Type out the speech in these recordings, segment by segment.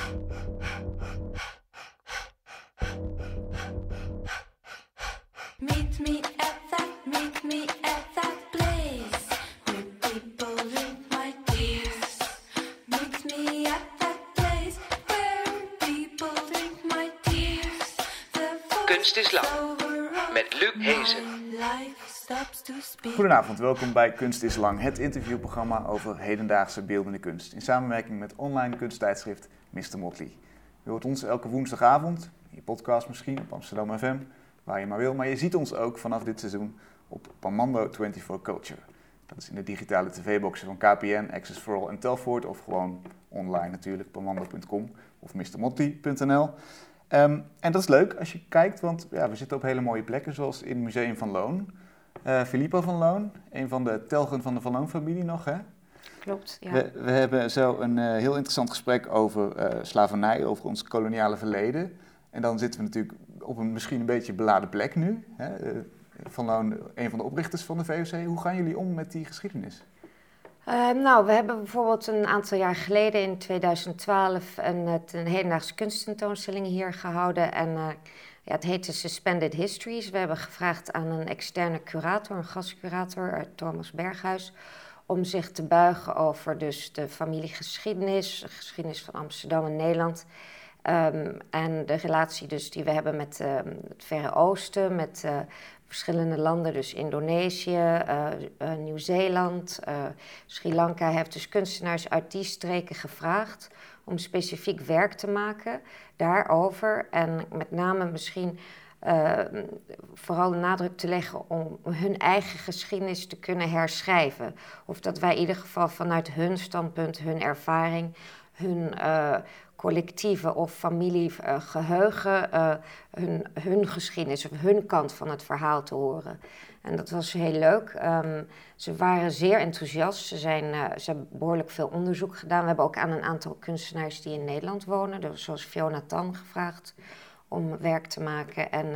Meet me at that place where people drink my tears. Meet me at that place where people drink my tears. Kunst is lang, met Luc Hezen. Goedenavond, welkom bij Kunst is lang, het interviewprogramma over hedendaagse beeldende kunst. In samenwerking met online kunsttijdschrift Mr. Motley. Je hoort ons elke woensdagavond, in je podcast misschien, op Amsterdam FM, waar je maar wil. Maar je ziet ons ook vanaf dit seizoen op Pamando 24 Culture. Dat is in de digitale tv-boxen van KPN, Access for All en Telfort. Of gewoon online natuurlijk, pamando.com of mrmotley.nl. En dat is leuk als je kijkt, want ja, we zitten op hele mooie plekken, zoals in het Museum van Loon. Filippo van Loon, een van de telgen van de Van Loon-familie nog, hè? Klopt, ja. We hebben zo een heel interessant gesprek over slavernij, over ons koloniale verleden. En dan zitten we natuurlijk op een misschien een beetje beladen plek nu. Hè? Van Loon, een van de oprichters van de VOC. Hoe gaan jullie om met die geschiedenis? We hebben bijvoorbeeld een aantal jaar geleden in 2012 een hedendaagse kunsttentoonstelling hier gehouden. En het heette Suspended Histories. We hebben gevraagd aan een externe curator, een gastcurator, Thomas Berghuis, om zich te buigen over dus de familiegeschiedenis, de geschiedenis van Amsterdam en Nederland. En de relatie dus die we hebben met het Verre Oosten, met verschillende landen, dus Indonesië, Nieuw-Zeeland, Sri Lanka. Hij heeft dus kunstenaars uit die streken gevraagd om specifiek werk te maken daarover. En met name misschien vooral de nadruk te leggen om hun eigen geschiedenis te kunnen herschrijven. Of dat wij in ieder geval vanuit hun standpunt, hun ervaring, hun collectieve of familiegeheugen, hun geschiedenis of hun kant van het verhaal te horen. En dat was heel leuk. Ze waren zeer enthousiast. Ze hebben behoorlijk veel onderzoek gedaan. We hebben ook aan een aantal kunstenaars die in Nederland wonen, zoals Fiona Tan, gevraagd om werk te maken. En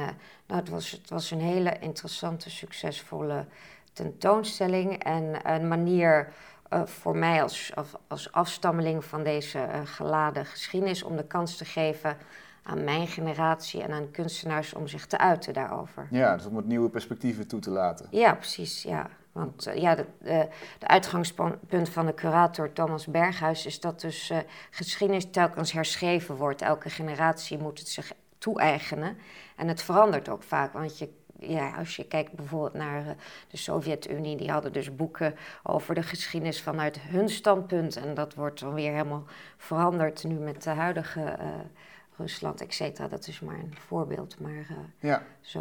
het was een hele interessante, succesvolle tentoonstelling en een manier voor mij als afstammeling van deze geladen geschiedenis om de kans te geven aan mijn generatie en aan kunstenaars om zich te uiten daarover. Ja, dus om het nieuwe perspectieven toe te laten. Ja, precies, ja. Want de uitgangspunt van de curator Thomas Berghuis is dat dus geschiedenis telkens herschreven wordt. Elke generatie moet het zich toe-eigenen en het verandert ook vaak, want als je kijkt bijvoorbeeld naar de Sovjet-Unie, die hadden dus boeken over de geschiedenis vanuit hun standpunt. En dat wordt dan weer helemaal veranderd nu met de huidige Rusland, et cetera. Dat is maar een voorbeeld. Maar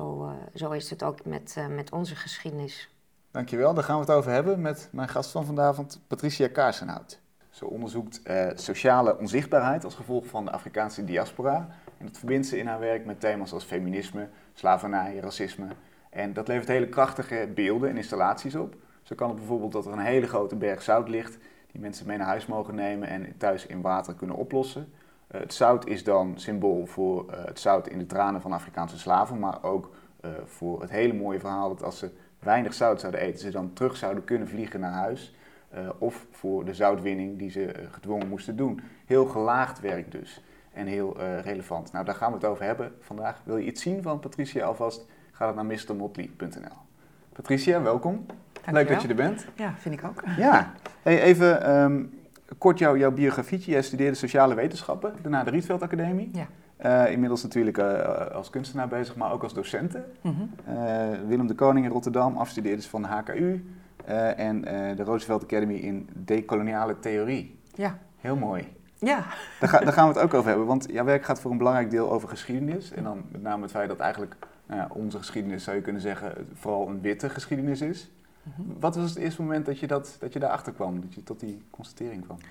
zo is het ook met onze geschiedenis. Dankjewel, daar gaan we het over hebben met mijn gast van vanavond, Patricia Kaarsenhout. Ze onderzoekt sociale onzichtbaarheid als gevolg van de Afrikaanse diaspora. En dat verbindt ze in haar werk met thema's als feminisme, slavernij, racisme. En dat levert hele krachtige beelden en installaties op. Zo kan het bijvoorbeeld dat er een hele grote berg zout ligt, die mensen mee naar huis mogen nemen en thuis in water kunnen oplossen. Het zout is dan symbool voor het zout in de tranen van Afrikaanse slaven, maar ook voor het hele mooie verhaal dat als ze weinig zout zouden eten, ze dan terug zouden kunnen vliegen naar huis. Of voor de zoutwinning die ze gedwongen moesten doen. Heel gelaagd werk dus. En heel relevant. Nou, daar gaan we het over hebben vandaag. Wil je iets zien van Patricia alvast? Ga dan naar mrmotley.nl. Patricia, welkom. Dankjewel. Leuk dat je er bent. Ja, vind ik ook. Ja. Hey, even kort jouw biografietje. Jij studeerde sociale wetenschappen, daarna de Rietveld Academie. Ja. Inmiddels natuurlijk als kunstenaar bezig, maar ook als docenten. Mm-hmm. Willem de Koning in Rotterdam, afstudeerde van de HKU. En de Roosevelt Academy in dekoloniale theorie. Ja. Heel mooi. Ja. Daar gaan we het ook over hebben, want jouw werk gaat voor een belangrijk deel over geschiedenis. En dan met name het feit dat eigenlijk onze geschiedenis, zou je kunnen zeggen, vooral een witte geschiedenis is. Mm-hmm. Wat was het eerste moment dat je daarachter kwam, dat je tot die constatering kwam?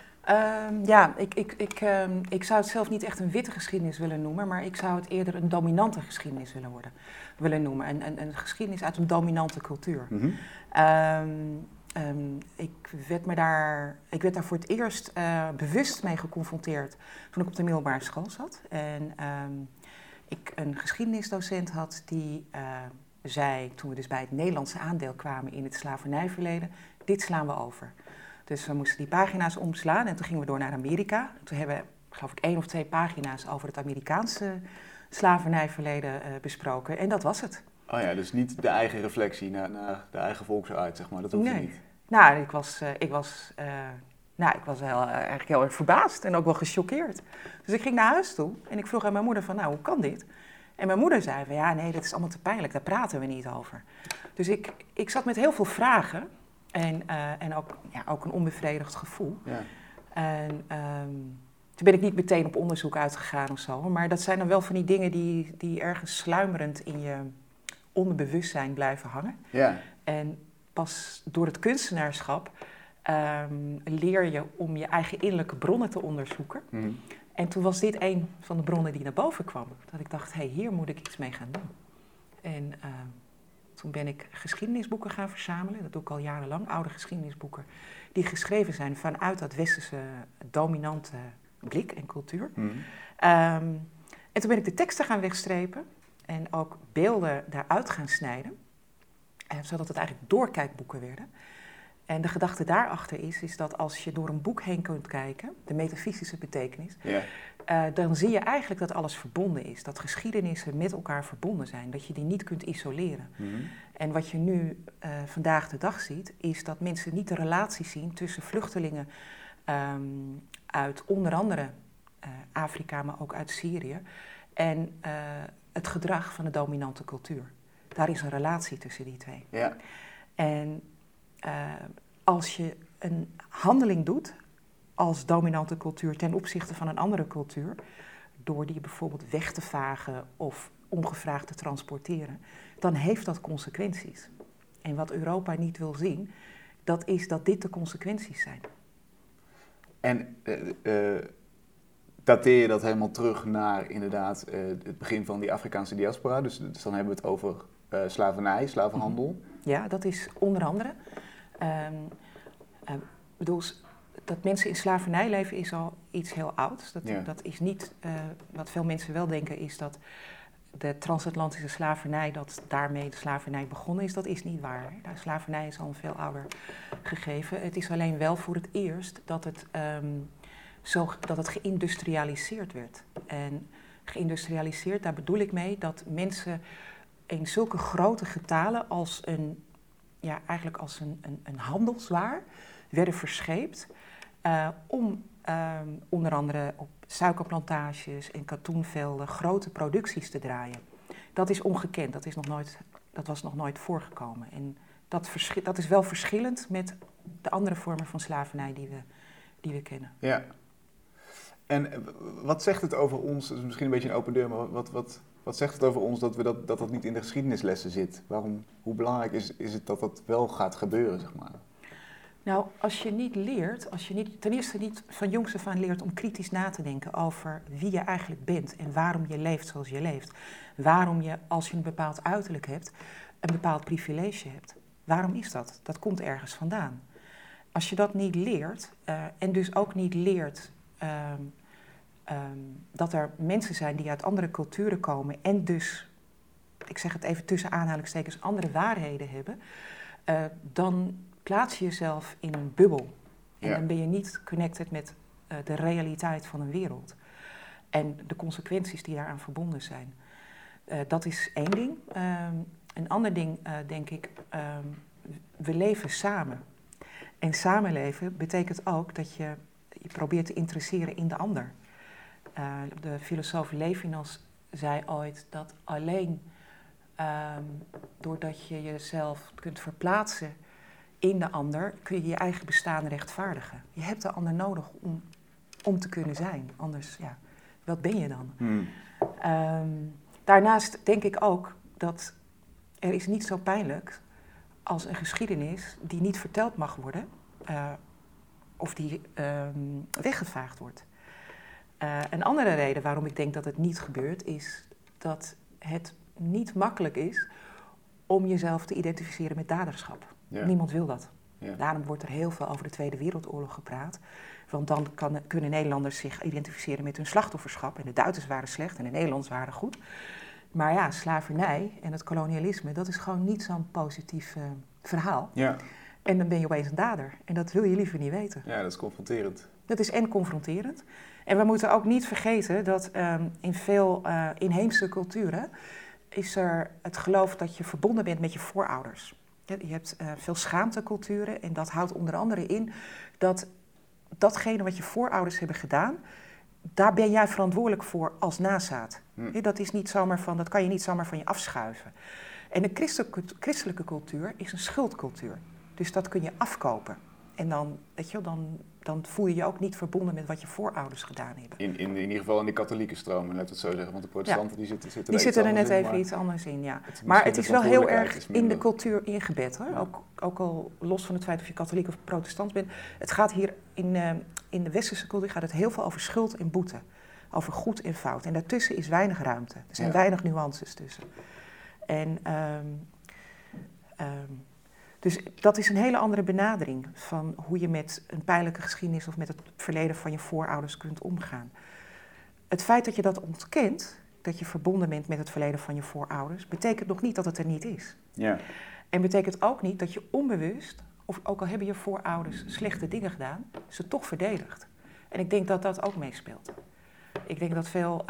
Ik zou het zelf niet echt een witte geschiedenis willen noemen, maar ik zou het eerder een dominante geschiedenis willen noemen. Een geschiedenis uit een dominante cultuur. Mm-hmm. Ik werd daar voor het eerst bewust mee geconfronteerd toen ik op de middelbare school zat. En ik een geschiedenisdocent had die zei, toen we dus bij het Nederlandse aandeel kwamen in het slavernijverleden, dit slaan we over. Dus we moesten die pagina's omslaan en toen gingen we door naar Amerika. Toen hebben we geloof ik 1 of 2 pagina's over het Amerikaanse slavernijverleden besproken. En dat was het. Oh ja, dus niet de eigen reflectie naar de eigen volksuit, zeg maar. Dat hoeft niet. Nou, ik was eigenlijk heel erg verbaasd en ook wel gechoqueerd. Dus ik ging naar huis toe en ik vroeg aan mijn moeder van, nou, hoe kan dit? En mijn moeder zei van, ja, nee, dat is allemaal te pijnlijk, daar praten we niet over. Dus ik zat met heel veel vragen en ook een onbevredigd gevoel. Ja. En toen ben ik niet meteen op onderzoek uitgegaan of zo, maar dat zijn dan wel van die dingen die ergens sluimerend in je onderbewustzijn blijven hangen. Ja. En pas door het kunstenaarschap leer je om je eigen innerlijke bronnen te onderzoeken. Mm. En toen was dit een van de bronnen die naar boven kwam. Dat ik dacht, hier moet ik iets mee gaan doen. En toen ben ik geschiedenisboeken gaan verzamelen. Dat doe ik al jarenlang, oude geschiedenisboeken. Die geschreven zijn vanuit dat westerse dominante blik en cultuur. Mm. En toen ben ik de teksten gaan wegstrepen. En ook beelden daaruit gaan snijden. Zodat het eigenlijk doorkijkboeken werden. En de gedachte daarachter is dat als je door een boek heen kunt kijken, de metafysische betekenis, dan zie je eigenlijk dat alles verbonden is. Dat geschiedenissen met elkaar verbonden zijn. Dat je die niet kunt isoleren. Mm-hmm. En wat je nu vandaag de dag ziet, is dat mensen niet de relatie zien tussen vluchtelingen uit onder andere Afrika, maar ook uit Syrië. En het gedrag van de dominante cultuur. Daar is een relatie tussen die twee. Ja. En als je een handeling doet als dominante cultuur ten opzichte van een andere cultuur, door die bijvoorbeeld weg te vagen of ongevraagd te transporteren, dan heeft dat consequenties. En wat Europa niet wil zien, dat is dat dit de consequenties zijn. En dateer je dat helemaal terug naar inderdaad het begin van die Afrikaanse diaspora? Dus dan hebben we het over slavernij, slavenhandel. Ja, dat is onder andere. Dat mensen in slavernij leven is al iets heel ouds. Dat is niet, wat veel mensen wel denken, is dat de transatlantische slavernij, dat daarmee de slavernij begonnen is. Dat is niet waar. De slavernij is al een veel ouder gegeven. Het is alleen wel voor het eerst dat het geïndustrialiseerd werd. En geïndustrialiseerd, daar bedoel ik mee dat mensen in zulke grote getalen als eigenlijk als een handelswaar werden verscheept om onder andere op suikerplantages en katoenvelden grote producties te draaien. Dat is ongekend, dat was nog nooit voorgekomen. En dat is wel verschillend met de andere vormen van slavernij die we kennen. Ja. En wat zegt het over ons, dat is misschien een beetje een open deur, maar wat zegt het over ons dat niet in de geschiedenislessen zit? Hoe belangrijk is het dat dat wel gaat gebeuren, zeg maar? Nou, als je ten eerste niet van jongs af aan leert om kritisch na te denken over wie je eigenlijk bent en waarom je leeft zoals je leeft. Waarom je, als je een bepaald uiterlijk hebt, een bepaald privilege hebt. Waarom is dat? Dat komt ergens vandaan. Als je dat niet leert en dus ook niet leert dat er mensen zijn die uit andere culturen komen en dus, ik zeg het even tussen aanhalingstekens, andere waarheden hebben, dan plaats je jezelf in een bubbel. En dan ben je niet connected met de realiteit van een wereld. En de consequenties die daaraan verbonden zijn. Dat is één ding. Een ander ding, denk ik, we leven samen. En samenleven betekent ook dat je probeert te interesseren in de ander. De filosoof Levinas zei ooit dat alleen doordat je jezelf kunt verplaatsen in de ander, kun je je eigen bestaan rechtvaardigen. Je hebt de ander nodig om te kunnen zijn. Anders, wat ben je dan? Daarnaast denk ik ook dat er is niet zo pijnlijk als een geschiedenis die niet verteld mag worden of die weggevaagd wordt. Een andere reden waarom ik denk dat het niet gebeurt is dat het niet makkelijk is om jezelf te identificeren met daderschap. Ja. Niemand wil dat. Ja. Daarom wordt er heel veel over de Tweede Wereldoorlog gepraat. Want dan kunnen Nederlanders zich identificeren met hun slachtofferschap. En de Duitsers waren slecht en de Nederlanders waren goed. Maar slavernij en het kolonialisme, dat is gewoon niet zo'n positief verhaal. Ja. En dan ben je opeens een dader. En dat wil je liever niet weten. Ja, dat is confronterend. Dat is en confronterend. En we moeten ook niet vergeten dat in veel inheemse culturen is er het geloof dat je verbonden bent met je voorouders. Je hebt veel schaamteculturen en dat houdt onder andere in dat datgene wat je voorouders hebben gedaan, daar ben jij verantwoordelijk voor als nazaat. Dat is niet zomaar dat kan je niet zomaar van je afschuiven. En de christelijke cultuur is een schuldcultuur. Dus dat kun je afkopen. En dan, weet je, dan voel je je ook niet verbonden met wat je voorouders gedaan hebben. In ieder geval in de katholieke stroom, laat het zo zeggen. Want de protestanten die zitten er net even iets anders in, ja. Maar het is wel heel erg in de cultuur ingebed, hoor. Ja. Ook al los van het feit of je katholiek of protestant bent. Het gaat hier in de westerse cultuur gaat het heel veel over schuld en boete. Over goed en fout. En daartussen is weinig ruimte. Er zijn weinig nuances tussen. En dus dat is een hele andere benadering van hoe je met een pijnlijke geschiedenis of met het verleden van je voorouders kunt omgaan. Het feit dat je dat ontkent, dat je verbonden bent met het verleden van je voorouders, betekent nog niet dat het er niet is. Ja. En betekent ook niet dat je onbewust, of ook al hebben je voorouders slechte dingen gedaan, ze toch verdedigt. En ik denk dat dat ook meespeelt. Ik denk dat veel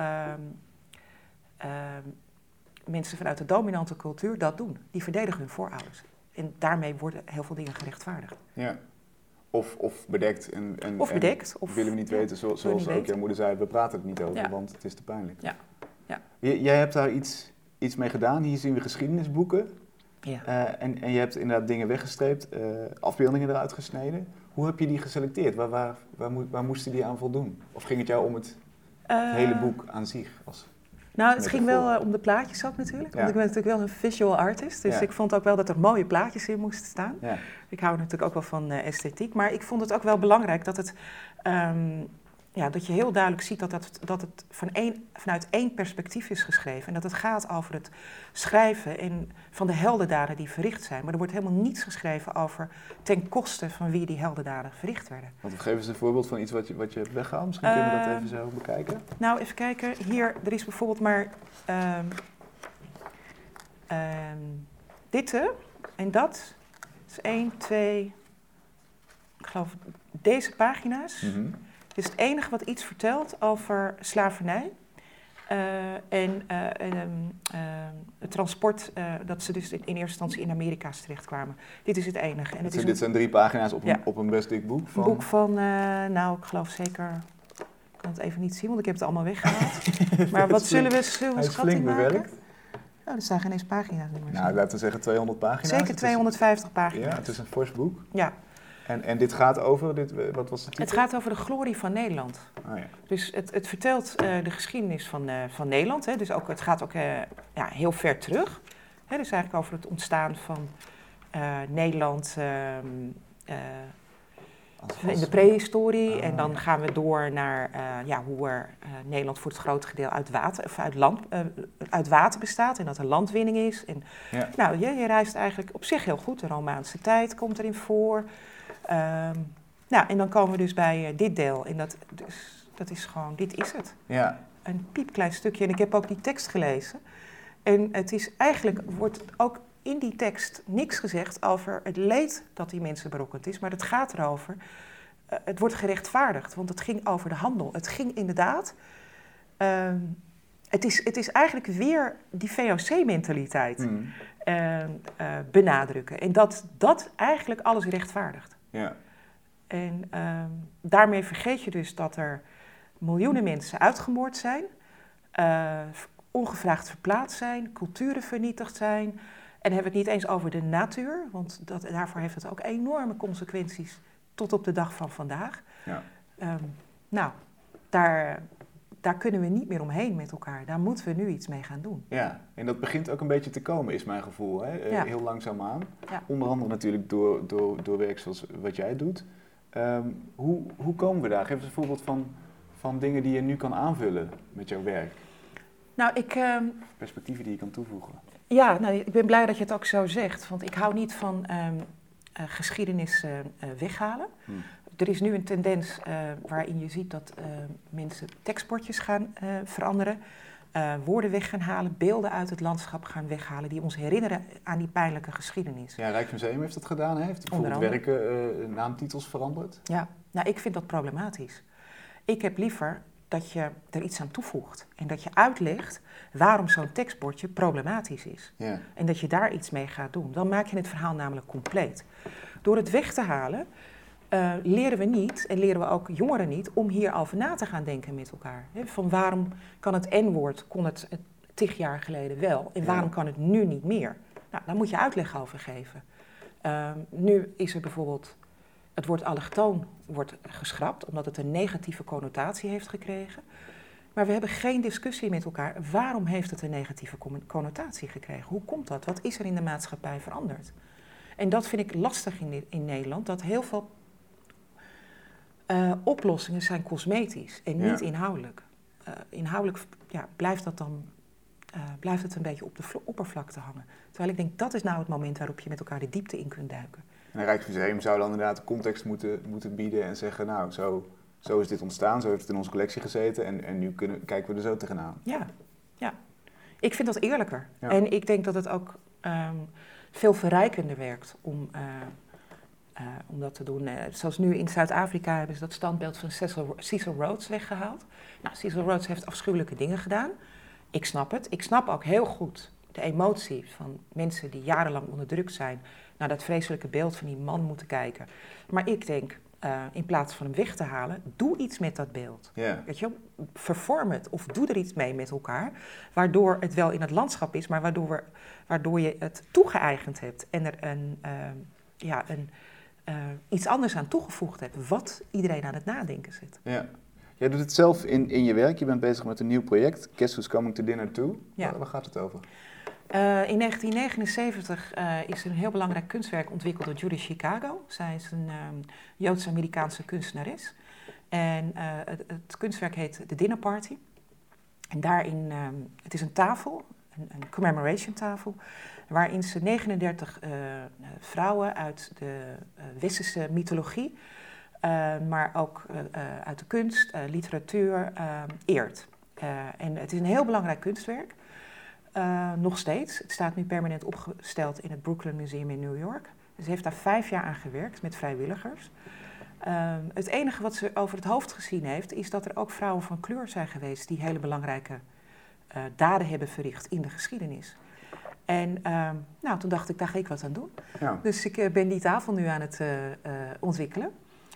mensen vanuit de dominante cultuur dat doen. Die verdedigen hun voorouders. En daarmee worden heel veel dingen gerechtvaardigd. Ja. Of bedekt. Of bedekt. Of willen we niet weten, zoals ook jouw moeder zei, we praten het niet over, want het is te pijnlijk. Ja. Ja. Jij hebt daar iets mee gedaan. Hier zien we geschiedenisboeken. Ja. En je hebt inderdaad dingen weggestreept, afbeeldingen eruit gesneden. Hoe heb je die geselecteerd? Waar moesten die aan voldoen? Of ging het jou om het hele boek aan zich? Nou, het ging wel om de plaatjes ook natuurlijk. Want ik ben natuurlijk wel een visual artist. Dus ik vond ook wel dat er mooie plaatjes in moesten staan. Ja. Ik hou natuurlijk ook wel van esthetiek. Maar ik vond het ook wel belangrijk dat het... dat je heel duidelijk ziet dat het vanuit één perspectief is geschreven. En dat het gaat over het schrijven van de heldendaden die verricht zijn. Maar er wordt helemaal niets geschreven over ten koste van wie die heldendaden verricht werden. Want geef eens een voorbeeld van iets wat je hebt weggehaald. Misschien kunnen we dat even zo bekijken. Nou, even kijken. Hier, er is bijvoorbeeld maar dit en dat. Dat is 1, 2, ik geloof deze pagina's. Mm-hmm. Het is het enige wat iets vertelt over slavernij en het transport dat ze dus in eerste instantie in Amerika's terechtkwamen. Dit is het enige. En dit zijn 3 pagina's op een best dik boek? Een boek van, ik geloof zeker, ik kan het even niet zien, want ik heb het allemaal weggehaald. Maar wat zullen we schatting maken? Bewerkt. Nou, er staan geen eens pagina's meer. Nou, laten we zeggen 200 pagina's. Zeker 250 pagina's. Ja, het is een fors boek. Ja. En dit gaat over, wat was de titel? Het gaat over de glorie van Nederland. Oh, ja. Dus het vertelt de geschiedenis van Nederland. Hè. Dus het gaat ook heel ver terug. Hè, dus eigenlijk over het ontstaan van Nederland in de prehistorie. En dan gaan we door naar hoe Nederland voor het grote gedeelte uit water bestaat. En dat er landwinning is. En, je reist eigenlijk op zich heel goed. De Romaanse tijd komt erin voor. En dan komen we dus bij dit deel. En dat is gewoon, dit is het. Ja. Een piepklein stukje. En ik heb ook die tekst gelezen. En het is eigenlijk, wordt ook in die tekst niks gezegd over het leed dat die mensen berokkend is. Maar het gaat erover, het wordt gerechtvaardigd. Want het ging over de handel. Het ging inderdaad, het is eigenlijk weer die VOC-mentaliteit benadrukken. En dat eigenlijk alles rechtvaardigt. Ja. En daarmee vergeet je dus dat er miljoenen mensen uitgemoord zijn, ongevraagd verplaatst zijn, culturen vernietigd zijn. En dan hebben we het niet eens over de natuur, want daarvoor heeft het ook enorme consequenties tot op de dag van vandaag. Ja. Daar kunnen we niet meer omheen met elkaar. Daar moeten we nu iets mee gaan doen. Ja, en dat begint ook een beetje te komen, is mijn gevoel. Hè? Heel langzaamaan. Ja. Onder andere natuurlijk door werk zoals wat jij doet. Hoe komen we daar? Geef eens een voorbeeld van dingen die je nu kan aanvullen met jouw werk. Nou, perspectieven die je kan toevoegen. Ja, ik ben blij dat je het ook zo zegt. Want ik hou niet van geschiedenis weghalen. Er is nu een tendens waarin je ziet dat mensen tekstbordjes gaan veranderen. woorden weg gaan halen, beelden uit het landschap gaan weghalen die ons herinneren aan die pijnlijke geschiedenis. Ja, Rijksmuseum heeft dat gedaan, heeft bijvoorbeeld werken naamtitels veranderd. Ja, nou ik vind dat problematisch. Ik heb liever dat je er iets aan toevoegt en dat je uitlegt waarom zo'n tekstbordje problematisch is. Ja. En dat je daar iets mee gaat doen. Dan maak je het verhaal namelijk compleet. Door het weg te halen leren we niet, en leren we ook jongeren niet, om hierover na te gaan denken met elkaar. Van waarom kan het N-woord, kon het 10 jaar geleden wel, en waarom kan het nu niet meer? Nou, daar moet je uitleg over geven. Nu is er bijvoorbeeld, het woord allochtoon wordt geschrapt, omdat het een negatieve connotatie heeft gekregen. Maar we hebben geen discussie met elkaar, waarom heeft het een negatieve connotatie gekregen? Hoe komt dat? Wat is er in de maatschappij veranderd? En dat vind ik lastig in Nederland, dat heel veel oplossingen zijn cosmetisch en niet inhoudelijk. Inhoudelijk blijft het een beetje op de oppervlakte hangen. Terwijl ik denk, dat is nou het moment waarop je met elkaar de diepte in kunt duiken. En het Rijksmuseum zou dan inderdaad de context moeten bieden en zeggen, nou, zo is dit ontstaan, zo heeft het in onze collectie gezeten en nu kijken we er zo tegenaan. Ja. Ik vind dat eerlijker. Ja. En ik denk dat het ook veel verrijkender werkt om dat te doen. Zoals nu in Zuid-Afrika hebben ze dat standbeeld van Cecil Rhodes weggehaald. Nou, Cecil Rhodes heeft afschuwelijke dingen gedaan. Ik snap het. Ik snap ook heel goed de emotie van mensen die jarenlang onderdrukt zijn naar dat vreselijke beeld van die man moeten kijken. Maar ik denk, in plaats van hem weg te halen, doe iets met dat beeld. Yeah. Weet je, vervorm het of doe er iets mee met elkaar, waardoor het wel in het landschap is, maar waardoor je het toegeëigend hebt en er iets anders aan toegevoegd hebt, wat iedereen aan het nadenken zet. Ja. Jij doet het zelf in je werk. Je bent bezig met een nieuw project, Guess Who's Coming to Dinner Too. Ja. Waar gaat het over? In 1979 is er een heel belangrijk kunstwerk ontwikkeld door Judy Chicago. Zij is een Joods-Amerikaanse kunstenares. En het kunstwerk heet The Dinner Party. En daarin, het is een tafel, een commemoration tafel, waarin ze 39 vrouwen uit de westerse mythologie, maar ook uit de kunst, literatuur, eert. En het is een heel belangrijk kunstwerk. Nog steeds. Het staat nu permanent opgesteld in het Brooklyn Museum in New York. Ze heeft daar 5 jaar aan gewerkt met vrijwilligers. Het enige wat ze over het hoofd gezien heeft, is dat er ook vrouwen van kleur zijn geweest die hele belangrijke daden hebben verricht in de geschiedenis. En toen dacht ik, daar ga ik wat aan doen. Ja. Dus ik ben die tafel nu aan het ontwikkelen.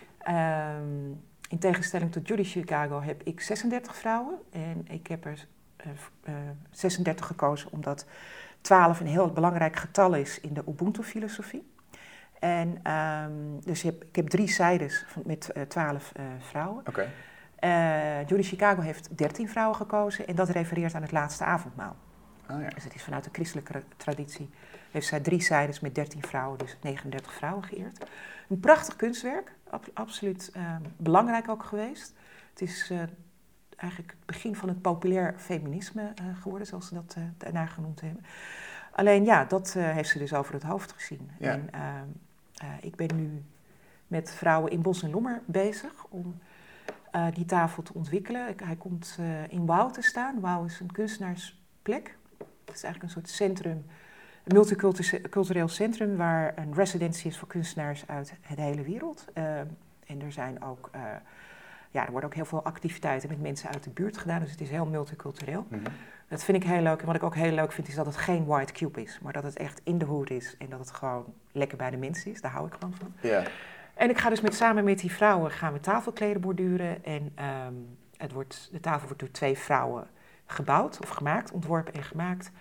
In tegenstelling tot Judy Chicago heb ik 36 vrouwen en ik heb er 36 gekozen omdat 12 een heel belangrijk getal is in de Ubuntu-filosofie. En dus ik heb 3 zijdes met 12 vrouwen. Okay. Judy Chicago heeft 13 vrouwen gekozen en dat refereert aan het laatste avondmaal. Oh, ja. Dus het is vanuit de christelijke traditie. Heeft zij 3 zijdes met 13 vrouwen, dus 39 vrouwen geëerd. Een prachtig kunstwerk, absoluut belangrijk ook geweest. Het is eigenlijk het begin van het populair feminisme geworden, zoals ze dat daarna genoemd hebben. Alleen ja, dat heeft ze dus over het hoofd gezien. Ja. En ik ben nu met vrouwen in Bos en Lommer bezig om die tafel te ontwikkelen. Hij komt in Wauw te staan. Wauw is een kunstenaarsplek. Het is eigenlijk een soort centrum, een multicultureel centrum waar een residentie is voor kunstenaars uit de hele wereld. En er zijn ook, er worden ook heel veel activiteiten met mensen uit de buurt gedaan, dus het is heel multicultureel. Mm-hmm. Dat vind ik heel leuk. En wat ik ook heel leuk vind is dat het geen white cube is, maar dat het echt in de hood is en dat het gewoon lekker bij de mensen is. Daar hou ik gewoon van. Yeah. En ik ga dus samen met die vrouwen gaan we tafelkleden borduren en de tafel wordt door 2 vrouwen gebouwd of gemaakt, ontworpen en gemaakt.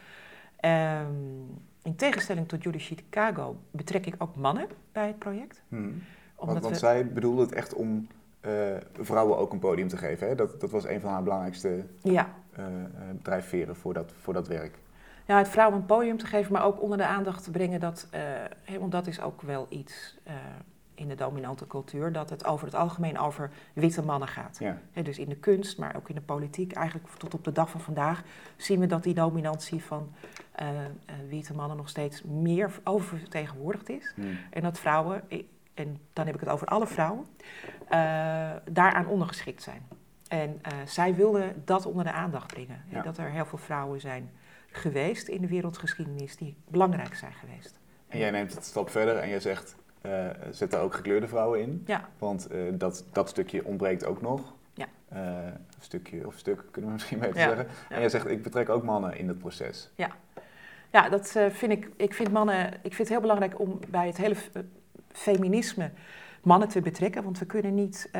In tegenstelling tot Judy Chicago betrek ik ook mannen bij het project. Want zij bedoelde het echt om vrouwen ook een podium te geven. Hè? Dat was een van haar belangrijkste drijfveren voor dat werk. Ja, het vrouwen een podium te geven, maar ook onder de aandacht te brengen want dat is ook wel iets in de dominante cultuur, dat het over het algemeen over witte mannen gaat. Ja. Dus in de kunst, maar ook in de politiek, eigenlijk tot op de dag van vandaag zien we dat die dominantie van witte mannen nog steeds meer oververtegenwoordigd is. En dat vrouwen, en dan heb ik het over alle vrouwen, daaraan ondergeschikt zijn. En zij wilde dat onder de aandacht brengen. Ja. Dat er heel veel vrouwen zijn geweest in de wereldgeschiedenis die belangrijk zijn geweest. En jij neemt het een stap verder en jij zegt, zet daar ook gekleurde vrouwen in. Ja. Want dat stukje ontbreekt ook nog. Ja. Stuk kunnen we misschien beter Ja. zeggen. Ja. En jij zegt, ik betrek ook mannen in het proces. Ja, dat vind ik. Ik vind het heel belangrijk om bij het hele feminisme mannen te betrekken. Want we kunnen niet.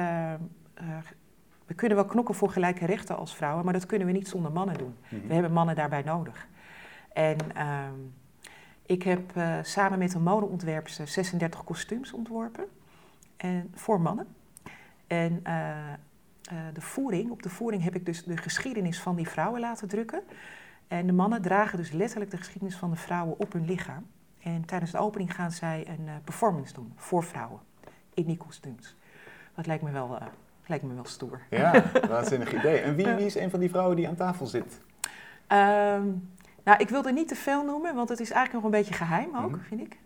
We kunnen wel knokken voor gelijke rechten als vrouwen, maar dat kunnen we niet zonder mannen doen. Mm-hmm. We hebben mannen daarbij nodig. En ik heb samen met een modeontwerpster 36 kostuums ontworpen voor mannen. En op de voering heb ik dus de geschiedenis van die vrouwen laten drukken. En de mannen dragen dus letterlijk de geschiedenis van de vrouwen op hun lichaam. En tijdens de opening gaan zij een performance doen voor vrouwen in die kostuums. Dat lijkt me wel stoer. Ja, waanzinnig idee. En wie is een van die vrouwen die aan tafel zit? Nou, ik wil er niet te veel noemen, want het is eigenlijk nog een beetje geheim ook, vind ik.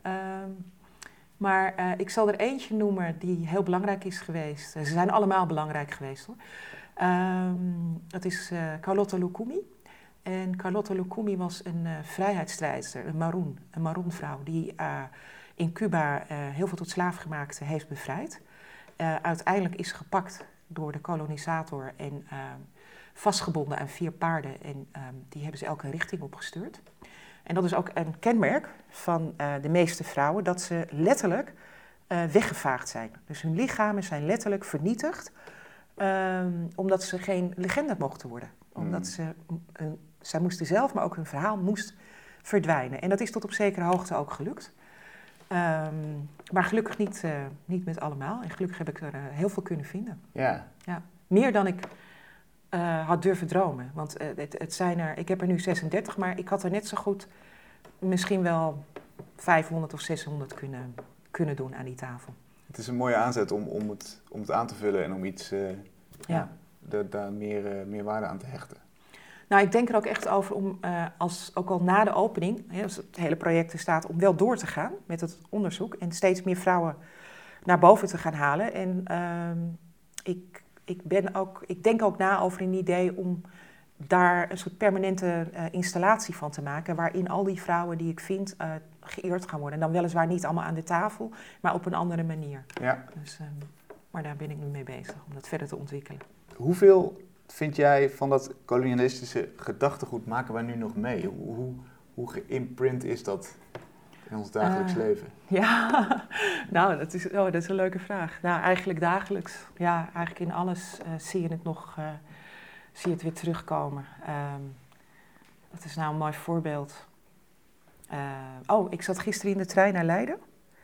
Maar ik zal er eentje noemen die heel belangrijk is geweest. Ze zijn allemaal belangrijk geweest, hoor. Dat is Carlotta Lucumi. En Carlotta Lucumi was een vrijheidsstrijdster, een Maroenvrouw, die in Cuba heel veel tot slaafgemaakten heeft bevrijd. Uiteindelijk is gepakt door de kolonisator en vastgebonden aan 4 paarden. En die hebben ze elke richting opgestuurd. En dat is ook een kenmerk van de meeste vrouwen, dat ze letterlijk weggevaagd zijn. Dus hun lichamen zijn letterlijk vernietigd, omdat ze geen legende mochten worden. Omdat zij moesten zelf, maar ook hun verhaal moest verdwijnen. En dat is tot op zekere hoogte ook gelukt. Maar gelukkig niet met allemaal. En gelukkig heb ik er heel veel kunnen vinden. Ja. Meer dan ik had durven dromen. Want ik heb er nu 36, maar ik had er net zo goed misschien wel 500 of 600 kunnen doen aan die tafel. Het is een mooie aanzet om het aan te vullen en om iets daar meer waarde aan te hechten. Nou, ik denk er ook echt over om, ook al na de opening, als het hele project er staat, om wel door te gaan met het onderzoek en steeds meer vrouwen naar boven te gaan halen. En ik denk ook na over een idee om daar een soort permanente installatie van te maken, waarin al die vrouwen die ik vind geëerd gaan worden. En dan weliswaar niet allemaal aan de tafel, maar op een andere manier. Ja. Dus, maar daar ben ik nu mee bezig, om dat verder te ontwikkelen. Hoeveel vind jij van dat kolonialistische gedachtegoed maken wij nu nog mee? Hoe geïmprint is dat in ons dagelijks leven? Ja, nou, dat is een leuke vraag. Nou, eigenlijk dagelijks. Ja, eigenlijk in alles zie je het nog, zie je het weer terugkomen. Dat is nou een mooi voorbeeld. Ik zat gisteren in de trein naar Leiden.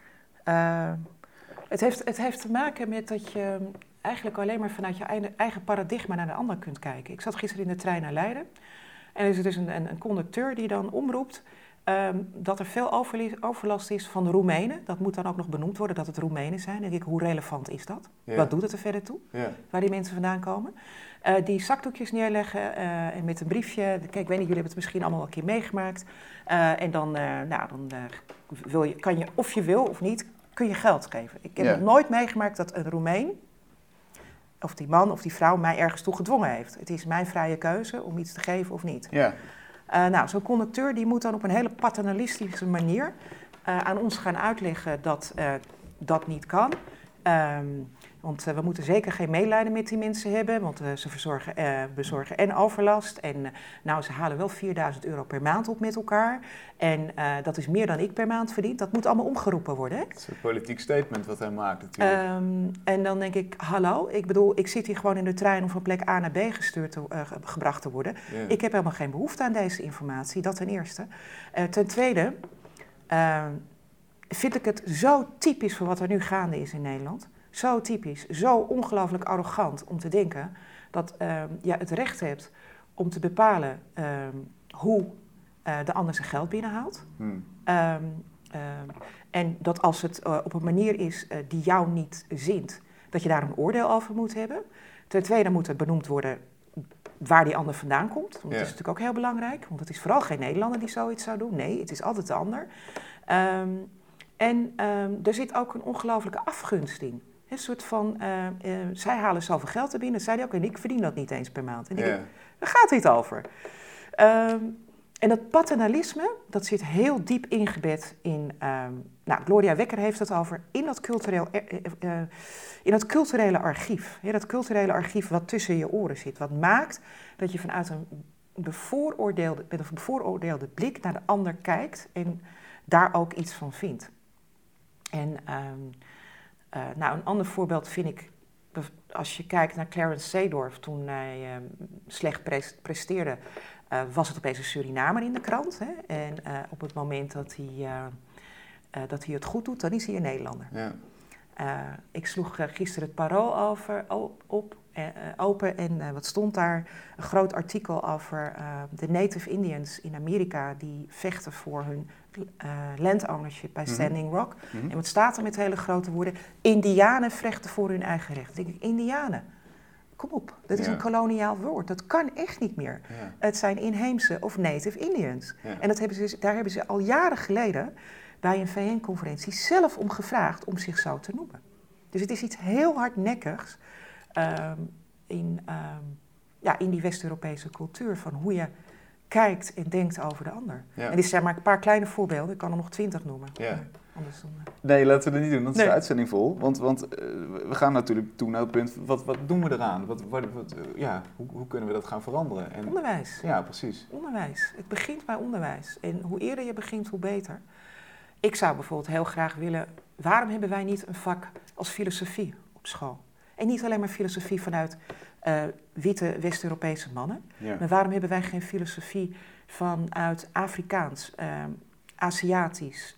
Het heeft te maken met dat je eigenlijk alleen maar vanuit je eigen paradigma naar de ander kunt kijken. Ik zat gisteren in de trein naar Leiden. En er is dus een conducteur die dan omroept dat er veel overlast is van de Roemenen. Dat moet dan ook nog benoemd worden, dat het Roemenen zijn. En denk ik, hoe relevant is dat? Ja. Wat doet het er verder toe, waar die mensen vandaan komen? Die zakdoekjes neerleggen en met een briefje. Kijk, ik weet niet, jullie hebben het misschien allemaal wel een keer meegemaakt. En dan kan je, of je wil of niet, kun je geld geven. Ik heb nog nooit meegemaakt dat een Roemeen, of die man of die vrouw, mij ergens toe gedwongen heeft. Het is mijn vrije keuze om iets te geven of niet. Ja. Zo'n conducteur die moet dan op een hele paternalistische manier aan ons gaan uitleggen dat dat niet kan. Want we moeten zeker geen medelijden met die mensen hebben, want ze bezorgen en overlast. En ze halen wel €4.000 per maand op met elkaar. En dat is meer dan ik per maand verdien. Dat moet allemaal omgeroepen worden. Hè? Het is een politiek statement wat hij maakt natuurlijk. En dan denk ik, hallo, ik bedoel, ik zit hier gewoon in de trein om van plek A naar B gebracht te worden. Yeah. Ik heb helemaal geen behoefte aan deze informatie, dat ten eerste. Ten tweede vind ik het zo typisch voor wat er nu gaande is in Nederland. Zo typisch, zo ongelooflijk arrogant om te denken dat je het recht hebt om te bepalen hoe de ander zijn geld binnenhaalt. En dat als het op een manier is die jou niet zint, dat je daar een oordeel over moet hebben. Ten tweede moet het benoemd worden waar die ander vandaan komt. Want dat is natuurlijk ook heel belangrijk. Want het is vooral geen Nederlander die zoiets zou doen. Nee, het is altijd de ander. En er zit ook een ongelooflijke afgunst in. Een soort van, zij halen zoveel geld er binnen. Zei hij ook, en ik verdien dat niet eens per maand. En ik denk, daar gaat het over. En dat paternalisme, dat zit heel diep ingebed in... Gloria Wekker heeft het over in dat culturele archief. Ja, dat culturele archief wat tussen je oren zit. Wat maakt dat je vanuit een bevooroordeelde blik naar de ander kijkt... en daar ook iets van vindt. En een ander voorbeeld vind ik... Als je kijkt naar Clarence Seedorf, toen hij slecht presteerde... was het opeens een Surinamer in de krant. Hè? En op het moment dat hij het goed doet, dan is hij een Nederlander. Ja. Ik sloeg gisteren het Parool open en wat stond daar? Een groot artikel over de Native Indians in Amerika... die vechten voor hun land ownership bij Standing Rock. En wat staat er met hele grote woorden? Indianen vechten voor hun eigen recht. Dan denk ik, Indianen... Kom op, dat is een koloniaal woord. Dat kan echt niet meer. Ja. Het zijn inheemse of native Indians. Ja. En daar hebben ze al jaren geleden bij een VN-conferentie zelf om gevraagd om zich zo te noemen. Dus het is iets heel hardnekkigs in die West-Europese cultuur van hoe je kijkt en denkt over de ander. Ja. En dit zijn maar een paar kleine voorbeelden. Ik kan er nog 20 noemen. Ja. Nee, laten we dat niet doen. Dat is de uitzending vol. Want we gaan natuurlijk toe naar het punt, wat doen we eraan? Hoe kunnen we dat gaan veranderen? En, onderwijs. Ja, precies. Onderwijs. Het begint bij onderwijs. En hoe eerder je begint, hoe beter. Ik zou bijvoorbeeld heel graag willen... Waarom hebben wij niet een vak als filosofie op school? En niet alleen maar filosofie vanuit witte West-Europese mannen. Ja. Maar waarom hebben wij geen filosofie vanuit Afrikaans, Aziatisch...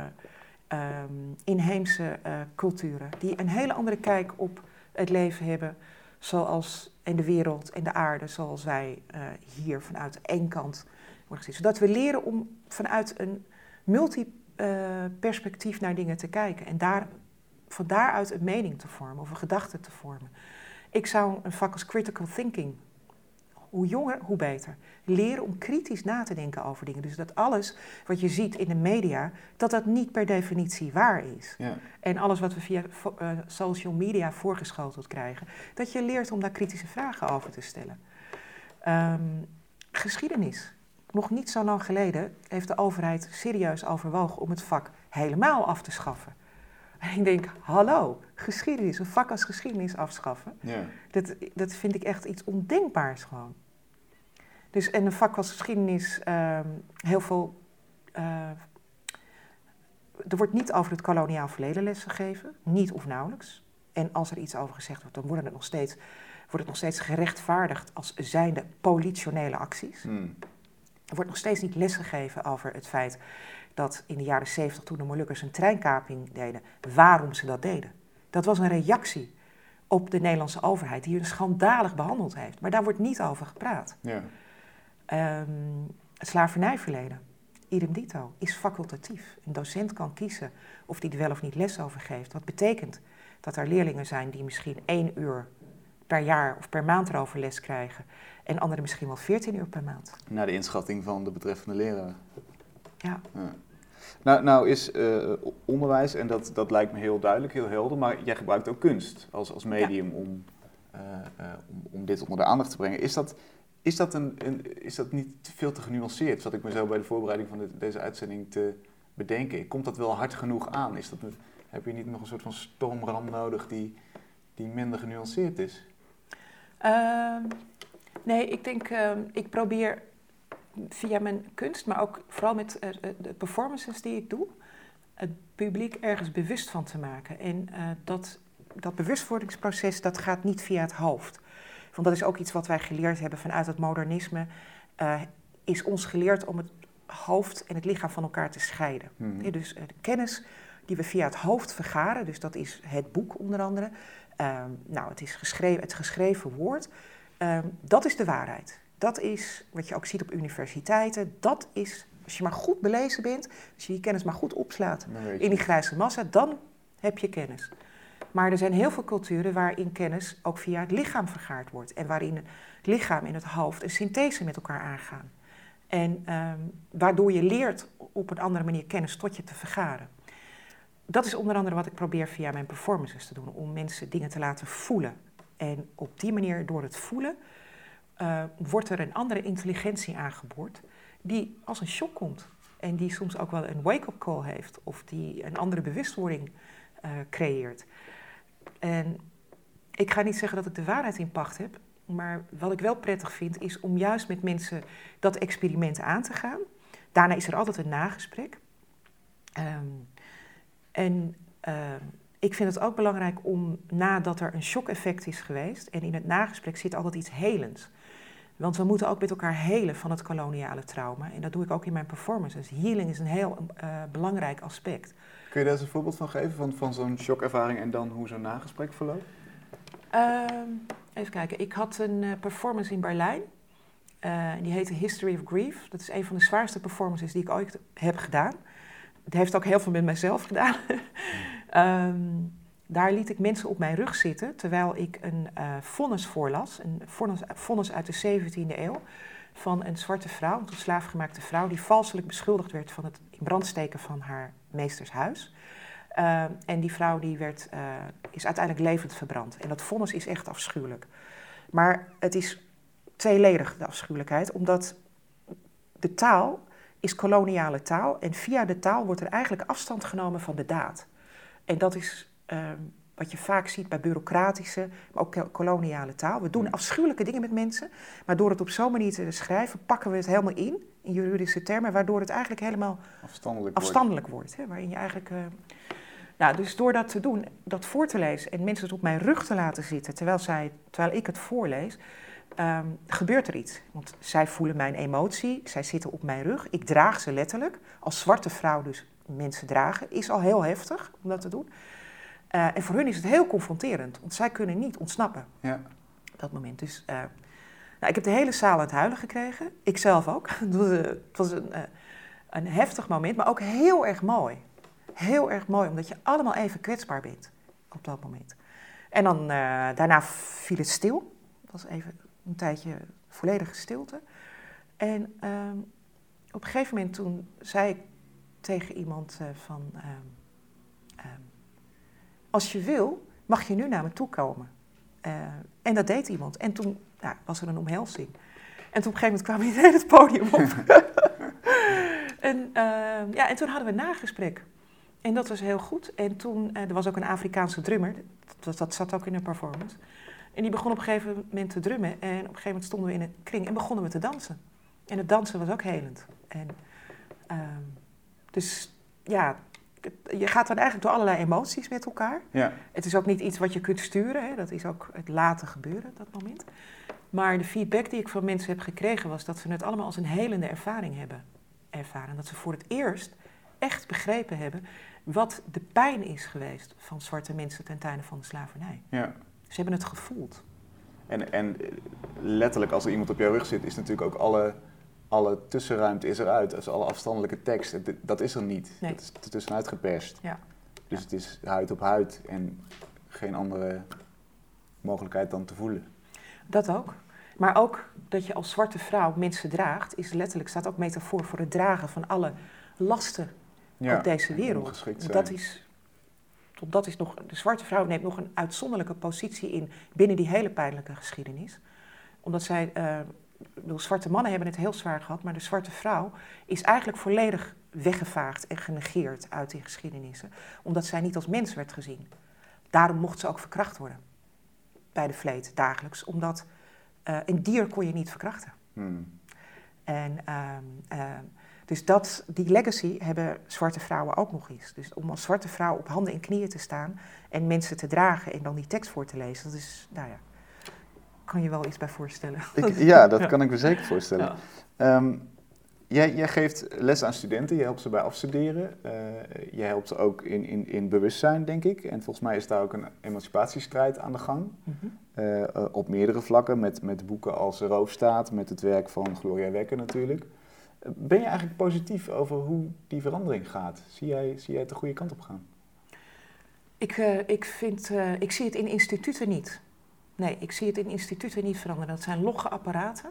inheemse culturen die een hele andere kijk op het leven hebben en de wereld en de aarde zoals wij hier vanuit één kant worden gezien. Zodat we leren om vanuit een multi-perspectief naar dingen te kijken en van daaruit een mening te vormen of een gedachte te vormen. Ik zou een vak als critical thinking, hoe jonger, hoe beter. Leren om kritisch na te denken over dingen. Dus dat alles wat je ziet in de media, dat niet per definitie waar is. Ja. En alles wat we via social media voorgeschoteld krijgen, dat je leert om daar kritische vragen over te stellen. Geschiedenis. Nog niet zo lang geleden heeft de overheid serieus overwogen om het vak helemaal af te schaffen. En ik denk, hallo, geschiedenis, een vak als geschiedenis afschaffen. Ja. Dat vind ik echt iets ondenkbaars gewoon. Dus, en een vak als geschiedenis, heel veel... er wordt niet over het koloniaal verleden lesgegeven, niet of nauwelijks. En als er iets over gezegd wordt, dan wordt het nog steeds gerechtvaardigd als zijnde politionele acties. Er wordt nog steeds niet lesgegeven over het feit dat in de jaren 70, toen de Molukkers een treinkaping deden, waarom ze dat deden. Dat was een reactie op de Nederlandse overheid die hun schandalig behandeld heeft. Maar daar wordt niet over gepraat. Ja. Het slavernijverleden, idem dito, is facultatief. Een docent kan kiezen of hij er wel of niet les over geeft. Wat betekent dat er leerlingen zijn die misschien 1 uur per jaar of per maand erover les krijgen. En anderen misschien wel 14 uur per maand. Naar de inschatting van de betreffende leraar. Ja. Nou is onderwijs, en dat lijkt me heel duidelijk, heel helder, maar jij gebruikt ook kunst als medium om dit onder de aandacht te brengen. Is dat niet veel te genuanceerd? Zat ik me zo bij de voorbereiding van deze uitzending te bedenken. Komt dat wel hard genoeg aan? Heb je niet nog een soort van stormram nodig die minder genuanceerd is? Nee, ik denk, ik probeer via mijn kunst, maar ook vooral met de performances die ik doe, het publiek ergens bewust van te maken. En dat bewustwordingsproces, dat gaat niet via het hoofd. Want dat is ook iets wat wij geleerd hebben vanuit het modernisme. Is ons geleerd om het hoofd en het lichaam van elkaar te scheiden. Mm-hmm. Dus de kennis die we via het hoofd vergaren, dus dat is het boek onder andere. Het is het geschreven woord. Dat is de waarheid. Dat is wat je ook ziet op universiteiten. Dat is, als je maar goed belezen bent, als je die kennis maar goed opslaat in die grijze massa, dan heb je kennis. Maar er zijn heel veel culturen waarin kennis ook via het lichaam vergaard wordt. En waarin het lichaam en het hoofd een synthese met elkaar aangaan. En waardoor je leert op een andere manier kennis tot je te vergaren. dat is onder andere wat ik probeer via mijn performances te doen. Om mensen dingen te laten voelen. En op die manier, door het voelen, wordt er een andere intelligentie aangeboord. Die als een shock komt. En die soms ook wel een wake-up call heeft. Of die een andere bewustwording creëert. En ik ga niet zeggen dat ik de waarheid in pacht heb. Maar wat ik wel prettig vind, is om juist met mensen dat experiment aan te gaan. Daarna is er altijd een nagesprek. Ik vind het ook belangrijk om, nadat er een shock-effect is geweest, en in het nagesprek zit altijd iets helends. Want we moeten ook met elkaar helen van het koloniale trauma. En dat doe ik ook in mijn performances. Healing is een heel belangrijk aspect. Kun je daar eens een voorbeeld van geven, van zo'n shockervaring en dan hoe zo'n nagesprek verloopt? Even kijken, ik had een performance in Berlijn. Die heette History of Grief. Dat is een van de zwaarste performances die ik ooit heb gedaan. Het heeft ook heel veel met mijzelf gedaan. Daar liet ik mensen op mijn rug zitten, terwijl ik een vonnis voorlas. Een vonnis uit de 17e eeuw van een zwarte vrouw, een tot slaafgemaakte vrouw, die valselijk beschuldigd werd van het in brand steken van haar meesters huis. En die vrouw is uiteindelijk levend verbrand. En dat vonnis is echt afschuwelijk. Maar het is tweeledig, de afschuwelijkheid, omdat de taal is koloniale taal. En via de taal wordt er eigenlijk afstand genomen van de daad. En dat is wat je vaak ziet bij bureaucratische, maar ook koloniale taal. We doen afschuwelijke dingen met mensen, maar door het op zo'n manier te schrijven, pakken we het helemaal in juridische termen, waardoor het eigenlijk helemaal afstandelijk wordt. Hè, waarin je eigenlijk... dus door dat te doen, dat voor te lezen en mensen het op mijn rug te laten zitten, terwijl ik het voorlees, gebeurt er iets. Want zij voelen mijn emotie, zij zitten op mijn rug, ik draag ze letterlijk. Als zwarte vrouw dus mensen dragen, is al heel heftig om dat te doen. En voor hun is het heel confronterend, want zij kunnen niet ontsnappen op dat moment. Dus ik heb de hele zaal aan het huilen gekregen, ik zelf ook. Het was een heftig moment, maar ook heel erg mooi. Heel erg mooi, omdat je allemaal even kwetsbaar bent op dat moment. En dan daarna viel het stil. Het was even een tijdje volledige stilte. En op een gegeven moment toen zei ik tegen iemand als je wil, mag je nu naar me toe komen. En dat deed iemand. En toen was er een omhelzing. En toen op een gegeven moment kwam iedereen het podium op. En toen hadden we een nagesprek. En dat was heel goed. En toen, er was ook een Afrikaanse drummer, dat zat ook in een performance. En die begon op een gegeven moment te drummen. En op een gegeven moment stonden we in een kring en begonnen we te dansen. En het dansen was ook helend. En, je gaat dan eigenlijk door allerlei emoties met elkaar. Ja. Het is ook niet iets wat je kunt sturen, hè. Dat is ook het laten gebeuren, dat moment. Maar de feedback die ik van mensen heb gekregen was dat ze het allemaal als een helende ervaring hebben ervaren. Dat ze voor het eerst echt begrepen hebben wat de pijn is geweest van zwarte mensen ten tijde van de slavernij. Ja. Ze hebben het gevoeld. En letterlijk, als er iemand op jouw rug zit, is natuurlijk ook alle tussenruimte is eruit. Dus alle afstandelijke tekst, dat is er niet. Nee. Dat is er tussenuit geperst. Ja. Dus het is huid op huid en geen andere mogelijkheid dan te voelen. Dat ook. Maar ook dat je als zwarte vrouw mensen draagt, is letterlijk, staat ook metafoor voor het dragen van alle lasten op deze wereld. Dat is nog, de zwarte vrouw neemt nog een uitzonderlijke positie in binnen die hele pijnlijke geschiedenis. Omdat zij, zwarte mannen hebben het heel zwaar gehad, maar de zwarte vrouw is eigenlijk volledig weggevaagd en genegeerd uit die geschiedenissen. Omdat zij niet als mens werd gezien. Daarom mocht ze ook verkracht worden. Bij de vleet, dagelijks. Omdat een dier kon je niet verkrachten. En dus die legacy hebben zwarte vrouwen ook nog eens. Dus om als zwarte vrouw op handen en knieën te staan en mensen te dragen en dan die tekst voor te lezen, dat is, kan je wel iets bij voorstellen. Dat kan ik me zeker voorstellen. Ja. Jij geeft les aan studenten, je helpt ze bij afstuderen. Je helpt ze ook in bewustzijn, denk ik. En volgens mij is daar ook een emancipatiestrijd aan de gang. Op meerdere vlakken, met boeken als Roofstaat, met het werk van Gloria Wekker natuurlijk. Ben je eigenlijk positief over hoe die verandering gaat? Zie jij het de goede kant op gaan? Ik zie het in instituten niet. Nee, ik zie het in instituten niet veranderen. Dat zijn logge apparaten.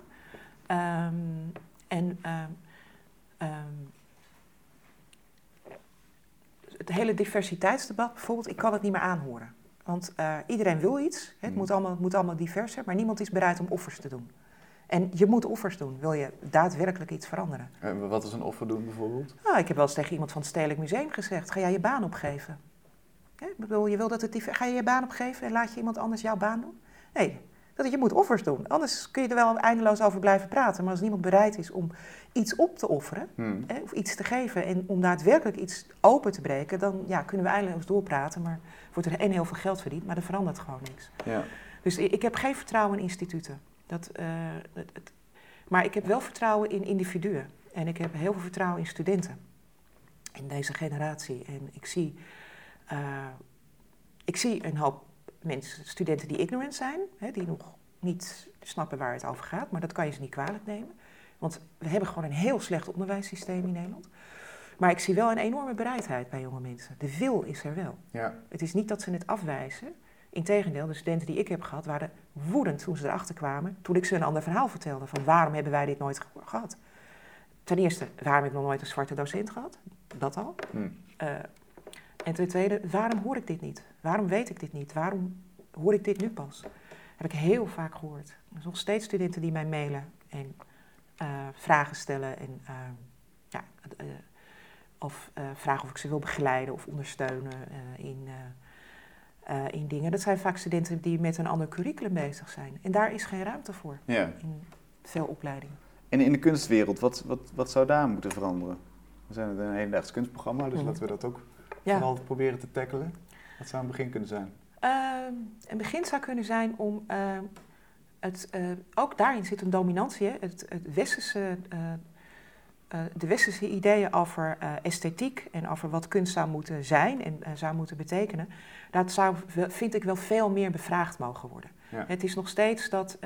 het hele diversiteitsdebat bijvoorbeeld, ik kan het niet meer aanhoren. Want iedereen wil iets, het moet allemaal diverser, maar niemand is bereid om offers te doen. En je moet offers doen, wil je daadwerkelijk iets veranderen. Wat is een offer doen bijvoorbeeld? Nou, ik heb wel eens tegen iemand van het Stedelijk Museum gezegd, ga jij je baan opgeven? Ik bedoel, je wil dat ga je je baan opgeven en laat je iemand anders jouw baan doen? Nee, je moet offers doen. Anders kun je er wel eindeloos over blijven praten. Maar als niemand bereid is om iets op te offeren, of iets te geven en om daadwerkelijk iets open te breken, dan kunnen we eindeloos doorpraten, maar wordt er heel veel geld verdiend, maar er verandert gewoon niks. Ja. Dus ik heb geen vertrouwen in instituten. Maar ik heb wel vertrouwen in individuen. En ik heb heel veel vertrouwen in studenten. In deze generatie. En ik zie een hoop studenten die ignorant zijn. Die nog niet snappen waar het over gaat. Maar dat kan je ze niet kwalijk nemen. Want we hebben gewoon een heel slecht onderwijssysteem in Nederland. Maar ik zie wel een enorme bereidheid bij jonge mensen. De wil is er wel. Ja. Het is niet dat ze het afwijzen. Integendeel, de studenten die ik heb gehad waren woedend toen ze erachter kwamen. Toen ik ze een ander verhaal vertelde van waarom hebben wij dit nooit gehad. Ten eerste, waarom heb ik nog nooit een zwarte docent gehad? Dat al. En ten tweede, waarom hoor ik dit niet? Waarom weet ik dit niet? Waarom hoor ik dit nu pas? Dat heb ik heel vaak gehoord. Er zijn nog steeds studenten die mij mailen en vragen stellen. En, of vragen of ik ze wil begeleiden of ondersteunen in dingen. Dat zijn vaak studenten die met een ander curriculum bezig zijn. En daar is geen ruimte voor in veel opleidingen. En in de kunstwereld, wat zou daar moeten veranderen? We zijn een hedendaags kunstprogramma, dus laten we dat ook vooral proberen te tackelen. Wat zou een begin kunnen zijn? Een begin zou kunnen zijn om... ook daarin zit een dominantie, de westerse ideeën over esthetiek en over wat kunst zou moeten zijn en zou moeten betekenen, dat vind ik wel veel meer bevraagd mogen worden. Ja. Het is nog steeds dat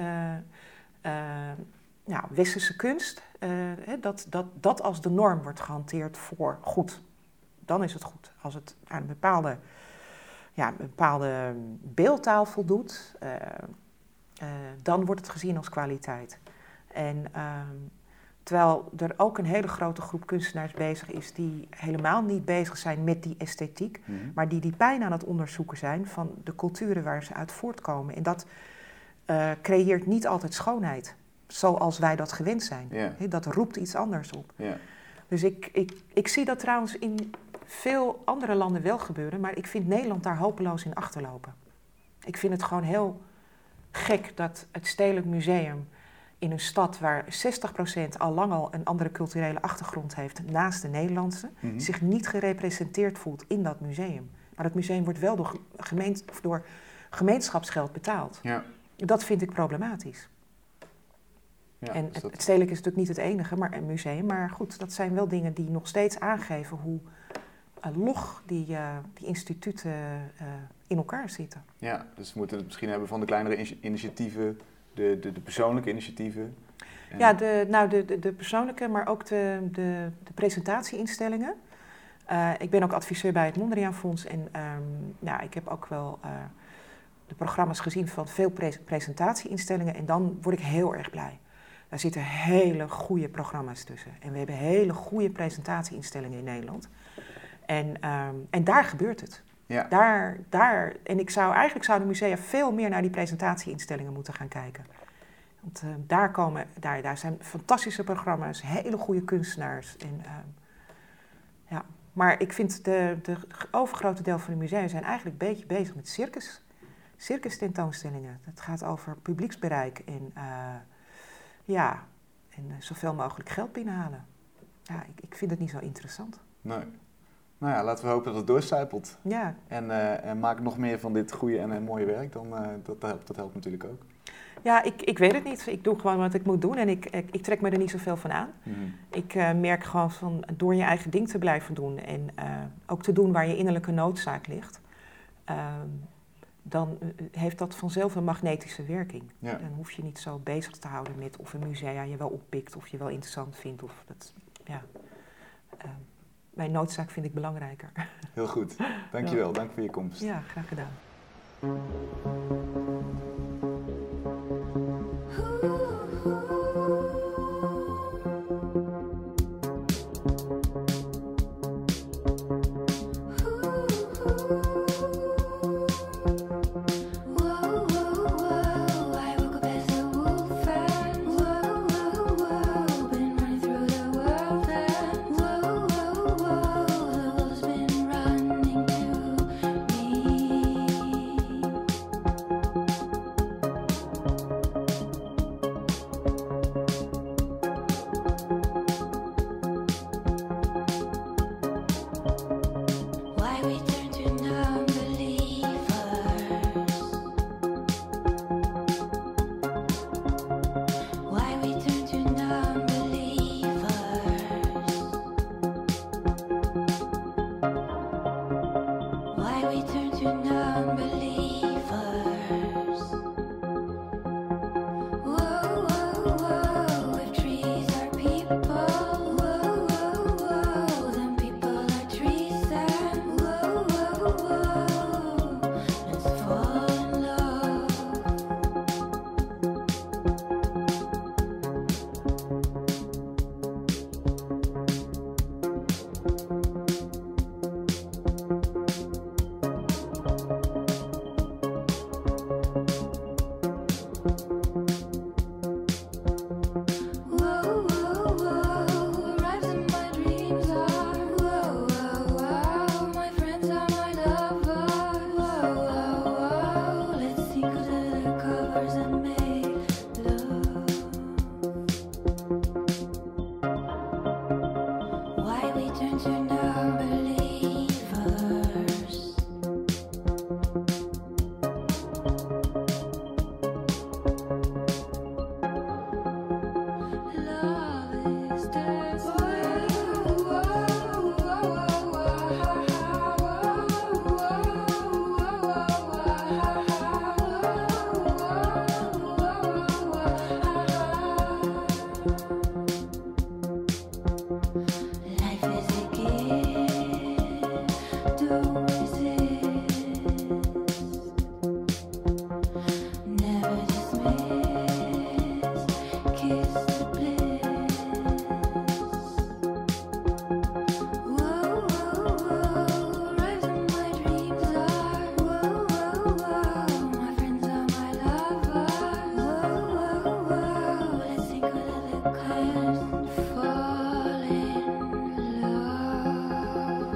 westerse kunst, dat als de norm wordt gehanteerd voor goed. Dan is het goed. Als het aan een bepaalde beeldtaal voldoet, dan wordt het gezien als kwaliteit. En terwijl er ook een hele grote groep kunstenaars bezig is die helemaal niet bezig zijn met die esthetiek, maar die pijn aan het onderzoeken zijn van de culturen waar ze uit voortkomen. En dat creëert niet altijd schoonheid, zoals wij dat gewend zijn. Yeah. Dat roept iets anders op. Yeah. Dus ik zie dat trouwens in veel andere landen wel gebeuren, maar ik vind Nederland daar hopeloos in achterlopen. Ik vind het gewoon heel gek dat het Stedelijk Museum in een stad waar 60% al lang al een andere culturele achtergrond heeft naast de Nederlandse, zich niet gerepresenteerd voelt in dat museum. Maar dat museum wordt wel door gemeenschapsgeld betaald. Ja. Dat vind ik problematisch. Ja, en dus het Stedelijk is natuurlijk niet het enige een museum, maar goed, dat zijn wel dingen die nog steeds aangeven hoe log die instituten in elkaar zitten. Ja, dus we moeten het misschien hebben van de kleinere initiatieven, de persoonlijke initiatieven. Ja, de persoonlijke, maar ook de presentatieinstellingen. Ik ben ook adviseur bij het Mondriaan Fonds en ik heb ook wel de programma's gezien van veel presentatieinstellingen en dan word ik heel erg blij. Daar zitten hele goede programma's tussen. En we hebben hele goede presentatieinstellingen in Nederland. En daar gebeurt het. Ja. En eigenlijk zouden musea veel meer naar die presentatieinstellingen moeten gaan kijken. Want daar zijn fantastische programma's, hele goede kunstenaars. Maar ik vind de overgrote deel van de musea zijn eigenlijk een beetje bezig met circus tentoonstellingen. Het gaat over publieksbereik en zoveel mogelijk geld binnenhalen. Ja, ik vind het niet zo interessant. Nee. Nou ja, laten we hopen dat het doorcijpelt. Ja. En maak nog meer van dit goede en mooie werk, dan dat helpt natuurlijk ook. Ja, ik weet het niet. Ik doe gewoon wat ik moet doen en ik trek me er niet zoveel van aan. Ik merk gewoon van door je eigen ding te blijven doen en ook te doen waar je innerlijke noodzaak ligt, dan heeft dat vanzelf een magnetische werking. Ja. Dan hoef je niet zo bezig te houden met of een musea je wel oppikt of je wel interessant vindt. Mijn noodzaak vind ik belangrijker. Heel goed. Dankjewel. Dank voor je komst. Ja, graag gedaan. Life is a gift, don't resist. Never dismiss, kiss the bliss. Whoa, whoa, whoa, rise and my dreams are. Whoa, whoa, whoa, my friends are my lover. Whoa, whoa, whoa, let's sing a little chorus and fall in love.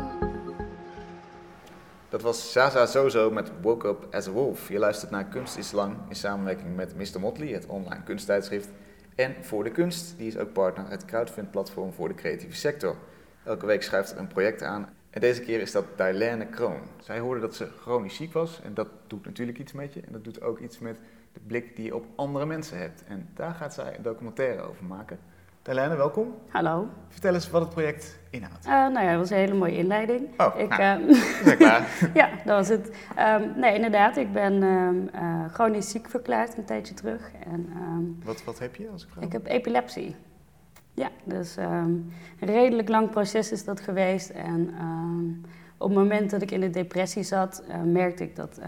Dat was Zaza Zozo met Woke Up as a Wolf. Je luistert naar Kunst is Lang in samenwerking met Mr. Motley, het online kunsttijdschrift. En Voor de Kunst, die is ook partner, het crowdfund-platform voor de creatieve sector. Elke week schuift er een project aan. En deze keer is dat Dailaine Kroon. Zij hoorde dat ze chronisch ziek was en dat doet natuurlijk iets met je. En dat doet ook iets met de blik die je op andere mensen hebt. En daar gaat zij een documentaire over maken. Dailaine, welkom. Hallo. Vertel eens wat het project inhoudt. Nou ja, dat was een hele mooie inleiding. Oh, we zijn klaar. Ja, dat was het. Nee, inderdaad, ik ben chronisch ziek verklaard een tijdje terug. En, Wat heb je als ik vraag? ik heb epilepsie. Ja, dus een redelijk lang proces is dat geweest. En op het moment dat ik in de depressie zat, merkte ik dat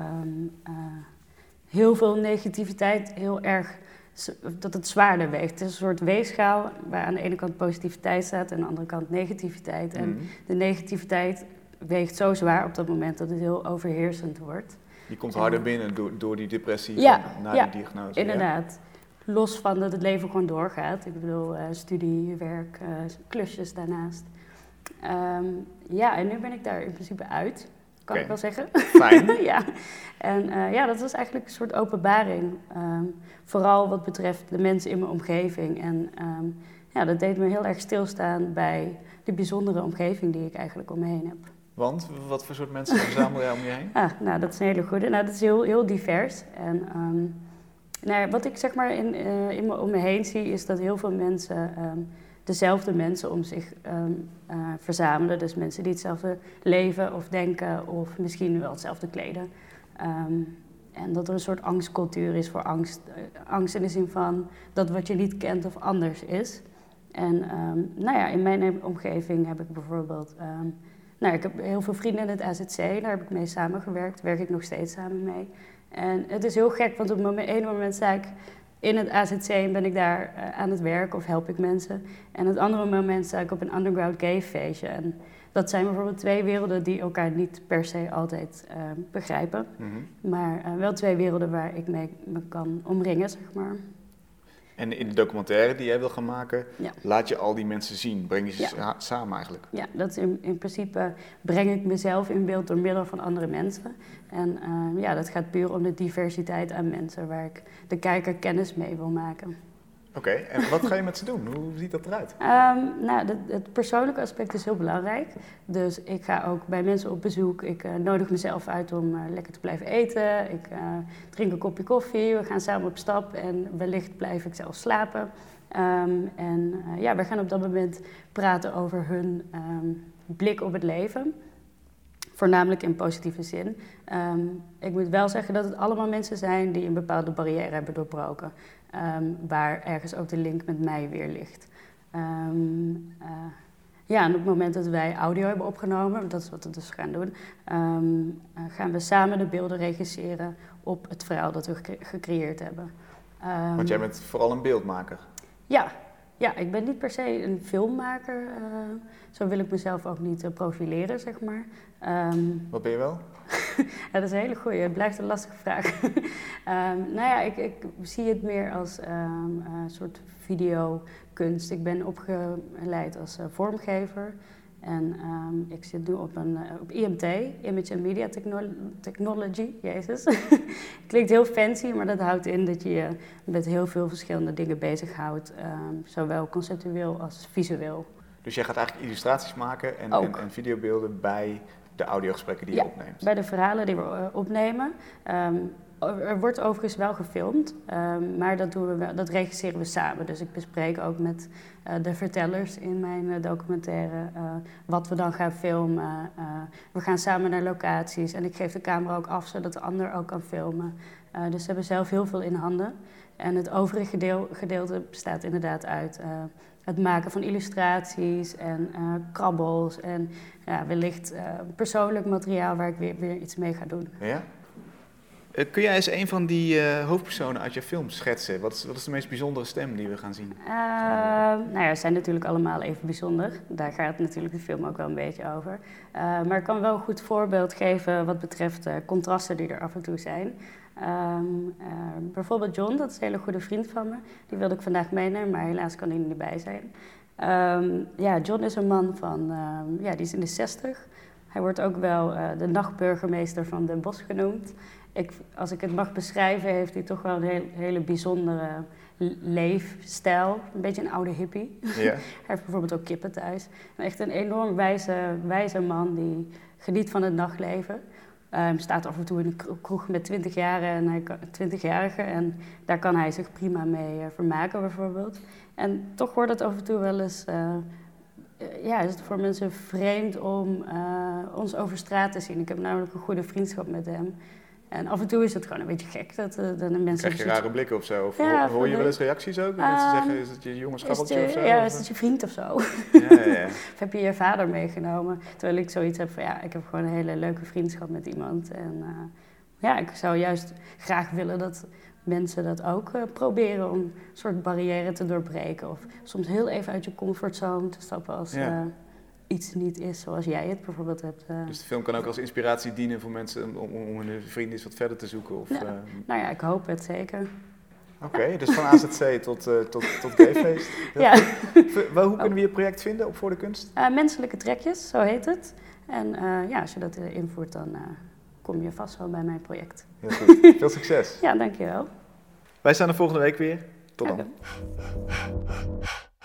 heel veel negativiteit heel erg, dat het zwaarder weegt. Het is een soort weegschaal waar aan de ene kant positiviteit staat en aan de andere kant negativiteit. En de negativiteit weegt zo zwaar op dat moment dat het heel overheersend wordt. Je komt harder binnen door die depressie Ja, na ja, die diagnose. inderdaad. Los van dat het leven gewoon doorgaat. Ik bedoel, studie, werk, klusjes daarnaast. Ja, en nu ben ik daar in principe uit, kan ik wel zeggen. Fijn. Ja, en ja, dat was eigenlijk een soort openbaring. Vooral wat betreft de mensen in mijn omgeving. En ja, dat deed me heel erg stilstaan bij de bijzondere omgeving die ik eigenlijk om me heen heb. Want wat voor soort mensen verzamel jij om je heen? Nou, dat is een hele goede. Nou, dat is heel divers. En nou, wat ik zeg maar om me heen zie, is dat heel veel mensen dezelfde mensen om zich verzamelen. Dus mensen die hetzelfde leven of denken of misschien wel hetzelfde kleden. En dat er een soort angstcultuur is voor angst. Angst in de zin van dat wat je niet kent of anders is. En nou ja, in mijn omgeving heb ik bijvoorbeeld... nou, ik heb heel veel vrienden in het AZC, daar heb ik mee samengewerkt. Werk ik nog steeds samen mee. En het is heel gek, want op het ene moment sta ik in het AZC en ben ik daar aan het werk of help ik mensen. En op het andere moment sta ik op een underground gay feestje. En dat zijn bijvoorbeeld twee werelden die elkaar niet per se altijd begrijpen. Mm-hmm. Maar wel twee werelden waar ik mee me kan omringen, zeg maar. En in de documentaire die jij wil gaan maken, Ja. laat je al die mensen zien, breng je ze samen eigenlijk. Ja, dat is in principe breng ik mezelf in beeld door middel van andere mensen. En ja, dat gaat puur om de diversiteit aan mensen waar ik de kijker kennis mee wil maken. Oké, en wat ga je met ze doen? Hoe ziet dat eruit? Nou, het persoonlijke aspect is heel belangrijk. Dus ik ga ook bij mensen op bezoek. Ik nodig mezelf uit om lekker te blijven eten. Ik drink een kopje koffie. We gaan samen op stap en wellicht blijf ik zelf slapen. En ja, we gaan op dat moment praten over hun blik op het leven. Voornamelijk in positieve zin. Ik moet wel zeggen dat het allemaal mensen zijn die een bepaalde barrière hebben doorbroken. Waar ergens ook de link met mij weer ligt. Ja, en op het moment dat wij audio hebben opgenomen, dat is wat we dus gaan doen, gaan we samen de beelden regisseren op het verhaal dat we gecreëerd hebben. Want jij bent vooral een beeldmaker. Ja, ik ben niet per se een filmmaker. Zo wil ik mezelf ook niet profileren, zeg maar. Wat ben je wel? Ja, dat is een hele goeie. Het blijft een lastige vraag. Nou ja, ik zie het meer als een soort videokunst. Ik ben opgeleid als vormgever. En ik zit nu op IMT, Image and Media Technology, jezus. Klinkt heel fancy, maar dat houdt in dat je je met heel veel verschillende dingen bezighoudt. Zowel conceptueel als visueel. Dus jij gaat eigenlijk illustraties maken en videobeelden bij de audiogesprekken die je opneemt? Bij de verhalen die we opnemen. Er wordt overigens wel gefilmd, maar dat regisseren we samen. Dus ik bespreek ook met de vertellers in mijn documentaire wat we dan gaan filmen. We gaan samen naar locaties en ik geef de camera ook af zodat de ander ook kan filmen. Dus ze hebben zelf heel veel in handen. En het overige gedeelte bestaat inderdaad uit het maken van illustraties en krabbels en wellicht persoonlijk materiaal waar ik weer iets mee ga doen. Ja? Kun jij eens een van die hoofdpersonen uit je film schetsen? Wat is de meest bijzondere stem die we gaan zien? Ze zijn natuurlijk allemaal even bijzonder. Daar gaat natuurlijk de film ook wel een beetje over. Maar ik kan wel een goed voorbeeld geven wat betreft contrasten die er af en toe zijn. Bijvoorbeeld John, dat is een hele goede vriend van me. Die wilde ik vandaag meenemen, maar helaas kan hij er niet bij zijn. John is een man van, die is in de 60. Hij wordt ook wel de nachtburgemeester van Den Bosch genoemd. Als ik het mag beschrijven, heeft hij toch wel een hele bijzondere leefstijl. Een beetje een oude hippie. Ja. Hij heeft bijvoorbeeld ook kippen thuis. Echt een enorm wijze man die geniet van het nachtleven. Staat af en toe in een kroeg met 20-jarigen en daar kan hij zich prima mee vermaken bijvoorbeeld. En toch wordt het af en toe wel eens, is het voor mensen vreemd om ons over straat te zien. Ik heb namelijk een goede vriendschap met hem. En af en toe is het gewoon een beetje gek dat de mensen... Krijg je rare blikken of zo? Of hoor je wel eens reacties ook? Dat mensen zeggen, is het je jonge schabeltje of zo? Ja, is het je vriend of zo? Ja. Of heb je je vader meegenomen? Terwijl ik zoiets heb van, ik heb gewoon een hele leuke vriendschap met iemand. En ik zou juist graag willen dat mensen dat ook proberen om een soort barrière te doorbreken. Of soms heel even uit je comfortzone te stappen als... iets niet is zoals jij het bijvoorbeeld hebt. Dus de film kan ook als inspiratie dienen voor mensen om hun vrienden eens wat verder te zoeken? Of, ik hoop het zeker. Oké, dus van AZC tot Gayfeest. Hoe kunnen we je project vinden op Voor de Kunst? Menselijke trekjes, zo heet het. En als je dat invoert, dan kom je vast wel bij mijn project. Heel goed, veel succes. Ja, dankjewel. Wij staan er volgende week weer. Tot dan.